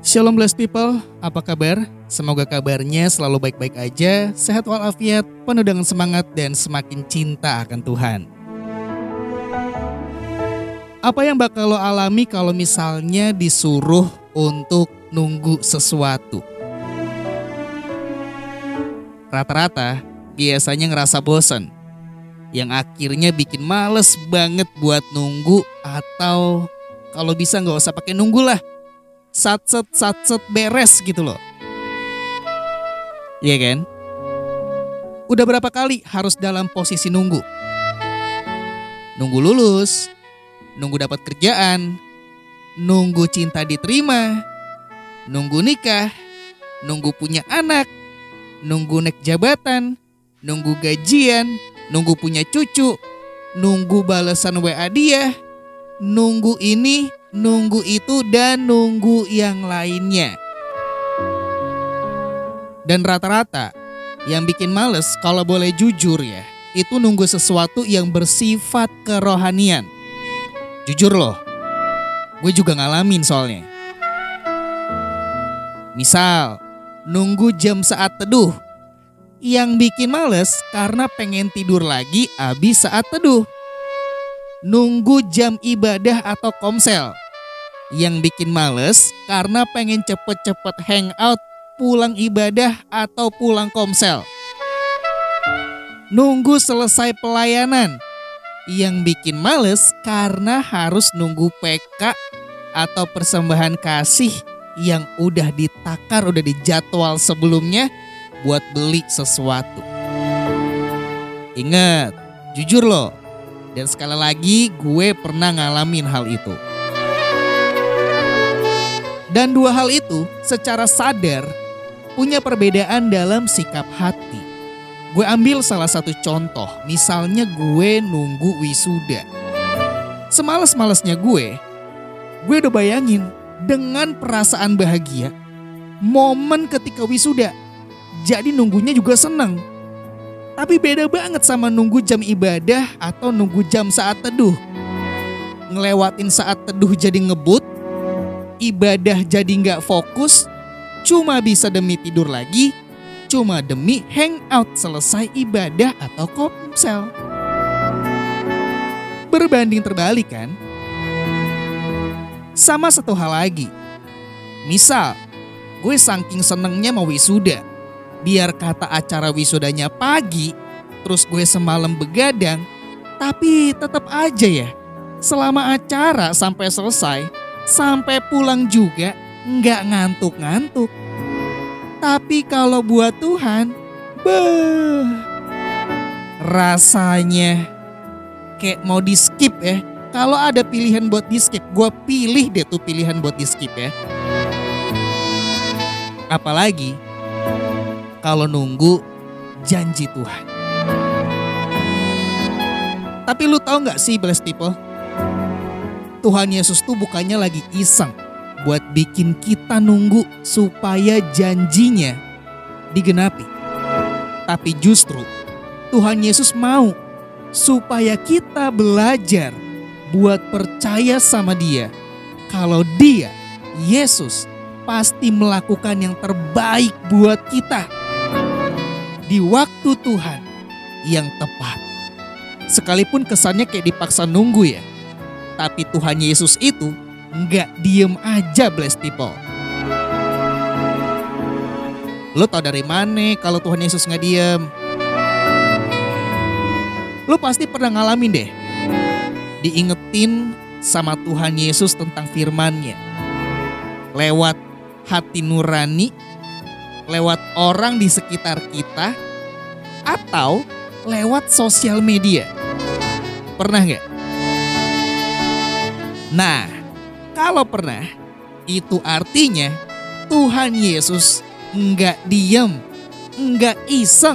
Shalom blessed people, apa kabar? Semoga kabarnya selalu baik-baik aja, sehat walafiat, penuh dengan semangat dan semakin cinta akan Tuhan. Apa yang bakal lo alami kalau misalnya disuruh untuk nunggu sesuatu? Rata-rata biasanya ngerasa bosan, yang akhirnya bikin males banget buat nunggu, atau kalau bisa gak usah pakai nunggu lah. Satset beres gitu loh. Iya kan? Udah berapa kali harus dalam posisi nunggu? Nunggu lulus, nunggu dapat kerjaan, nunggu cinta diterima, nunggu nikah, nunggu punya anak, nunggu naik jabatan, nunggu gajian, nunggu punya cucu, nunggu balasan WA dia, nunggu ini, nunggu itu, dan nunggu yang lainnya. Dan rata-rata yang bikin males, kalau boleh jujur ya, itu nunggu sesuatu yang bersifat kerohanian. Jujur loh, gue juga ngalamin soalnya. Misal, nunggu jam saat teduh. Yang bikin males karena pengen tidur lagi abis saat teduh. Nunggu jam ibadah atau komsel. Yang bikin males karena pengen cepet-cepet hangout pulang ibadah atau pulang komsel. Nunggu selesai pelayanan. Yang bikin males karena harus nunggu PK atau persembahan kasih yang udah ditakar, udah dijadwal sebelumnya buat beli sesuatu. Ingat, jujur loh. Dan sekali lagi gue pernah ngalamin hal itu. Dan dua hal itu secara sadar punya perbedaan dalam sikap hati. Gue ambil salah satu contoh, misalnya gue nunggu wisuda. Semales-malesnya gue udah bayangin dengan perasaan bahagia momen ketika wisuda. Jadi nunggunya juga seneng. Tapi beda banget sama nunggu jam ibadah atau nunggu jam saat teduh. Ngelewatin saat teduh jadi ngebut, ibadah jadi gak fokus, cuma bisa demi tidur lagi, cuma demi hangout selesai ibadah atau komsel. Berbanding terbalik kan? Sama satu hal lagi. Misal, gue saking senengnya mau wisuda. Biar kata acara wisudanya pagi, terus gue semalam begadang, tapi tetap aja ya, selama acara sampai selesai, sampai pulang juga nggak ngantuk-ngantuk. Tapi kalau buat Tuhan, rasanya kayak mau di skip ya. Kalau ada pilihan buat di skip, gue pilih deh tuh pilihan buat di skip ya. Apalagi kalau nunggu janji Tuhan. Tapi lu tahu gak sih blessed people? Tuhan Yesus tuh bukannya lagi iseng buat bikin kita nunggu supaya janjinya digenapi. Tapi justru Tuhan Yesus mau supaya kita belajar buat percaya sama Dia. Kalau Dia, Yesus, pasti melakukan yang terbaik buat kita di waktu Tuhan yang tepat. Sekalipun kesannya kayak dipaksa nunggu ya, tapi Tuhan Yesus itu nggak diem aja blessed people. Lo tau dari mana kalau Tuhan Yesus nggak diem? Lo pasti pernah ngalamin deh, diingetin sama Tuhan Yesus tentang firman-Nya lewat hati nurani, lewat orang di sekitar kita, atau lewat sosial media. Pernah gak? Nah, kalau pernah, itu artinya Tuhan Yesus nggak diem, nggak iseng.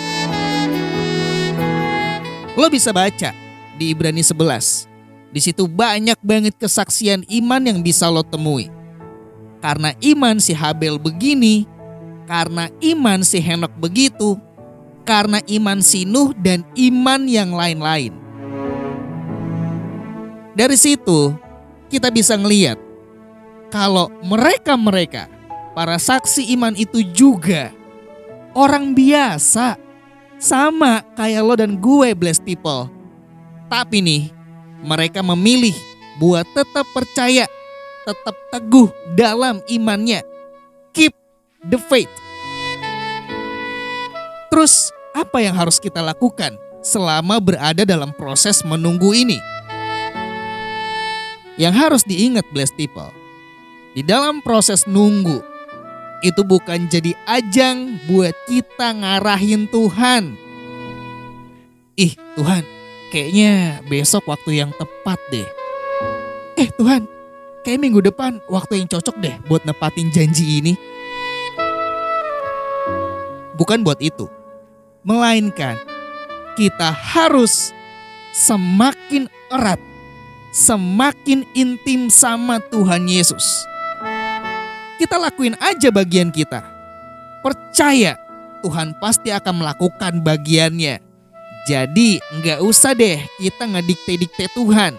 Lo bisa baca di Ibrani 11. Di situ banyak banget kesaksian iman yang bisa lo temui. Karena iman si Habel begini, karena iman si Henok begitu, karena iman si Nuh dan iman yang lain-lain. Dari situ kita bisa ngelihat kalau mereka-mereka, para saksi iman itu juga orang biasa. Sama kayak lo dan gue, blessed people. Tapi nih, mereka memilih buat tetap percaya, tetap teguh dalam imannya. Keep the faith. Terus apa yang harus kita lakukan selama berada dalam proses menunggu ini? Yang harus diingat, blessed people, di dalam proses nunggu, itu bukan jadi ajang buat kita ngarahin Tuhan. Tuhan, kayaknya besok waktu yang tepat deh. Tuhan, kayak minggu depan waktu yang cocok deh buat nepatin janji ini. Bukan buat itu. Melainkan kita harus semakin erat, semakin intim sama Tuhan Yesus. Kita lakuin aja bagian kita. Percaya Tuhan pasti akan melakukan bagiannya. Jadi nggak usah deh kita ngedikte-dikte Tuhan.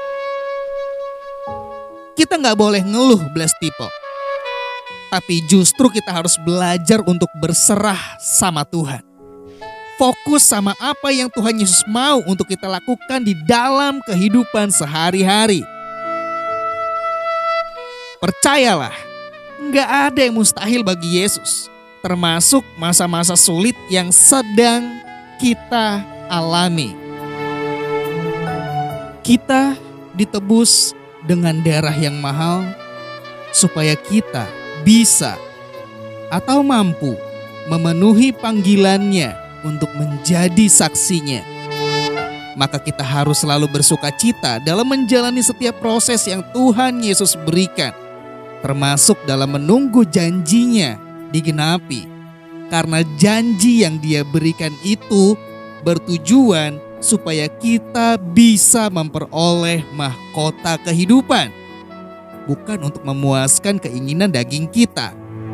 Kita nggak boleh ngeluh, blessed people. Tapi justru kita harus belajar untuk berserah sama Tuhan. Fokus sama apa yang Tuhan Yesus mau untuk kita lakukan di dalam kehidupan sehari-hari. Percayalah, nggak ada yang mustahil bagi Yesus, termasuk masa-masa sulit yang sedang kita alami. Kita ditebus dengan darah yang mahal supaya kita bisa atau mampu memenuhi panggilannya untuk menjadi saksinya. Maka kita harus selalu bersuka cita dalam menjalani setiap proses yang Tuhan Yesus berikan, termasuk dalam menunggu janjinya digenapi. Karena janji yang Dia berikan itu bertujuan supaya kita bisa memperoleh mahkota kehidupan, bukan untuk memuaskan keinginan daging kita.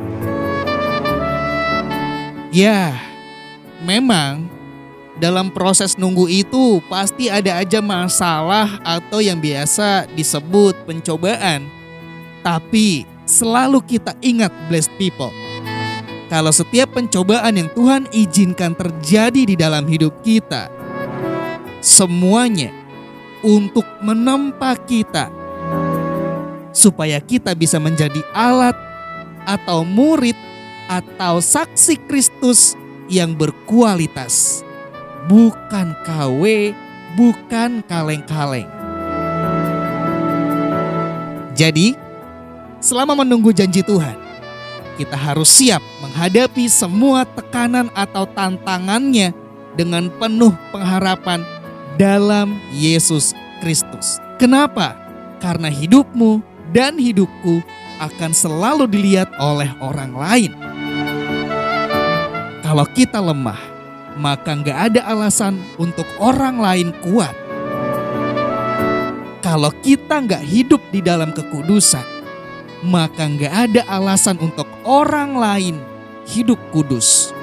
Ya, memang dalam proses nunggu itu pasti ada aja masalah atau yang biasa disebut pencobaan. Tapi selalu kita ingat, blessed people, kalau setiap pencobaan yang Tuhan izinkan terjadi di dalam hidup kita, semuanya untuk menempa kita supaya kita bisa menjadi alat atau murid atau saksi Kristus yang berkualitas, bukan KW, bukan kaleng-kaleng. Jadi, selama menunggu janji Tuhan, kita harus siap menghadapi semua tekanan atau tantangannya dengan penuh pengharapan dalam Yesus Kristus. Kenapa? Karena hidupmu dan hidupku akan selalu dilihat oleh orang lain. Kalau kita lemah, maka gak ada alasan untuk orang lain kuat. Kalau kita gak hidup di dalam kekudusan, maka gak ada alasan untuk orang lain hidup kudus.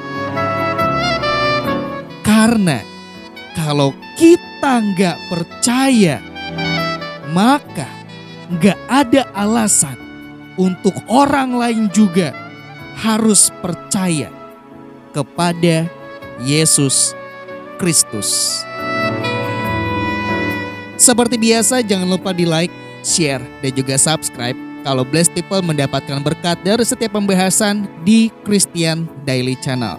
Karena kalau kita gak percaya, maka gak ada alasan untuk orang lain juga harus percaya kepada Yesus Kristus. Seperti biasa, jangan lupa di like, share, dan juga subscribe kalau blessed people mendapatkan berkat dari setiap pembahasan di Christian Daily Channel.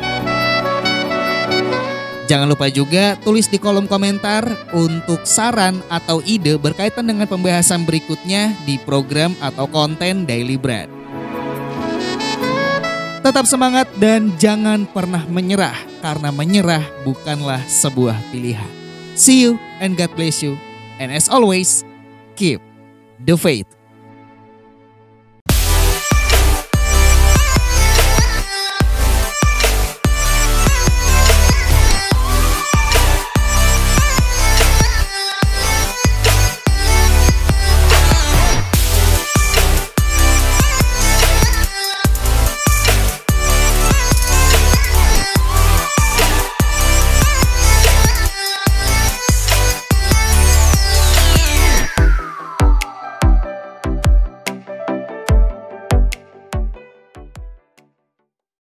Jangan lupa juga tulis di kolom komentar untuk saran atau ide berkaitan dengan pembahasan berikutnya di program atau konten Daily Bread. Tetap semangat dan jangan pernah menyerah, karena menyerah bukanlah sebuah pilihan. See you and God bless you. And as always, keep the faith.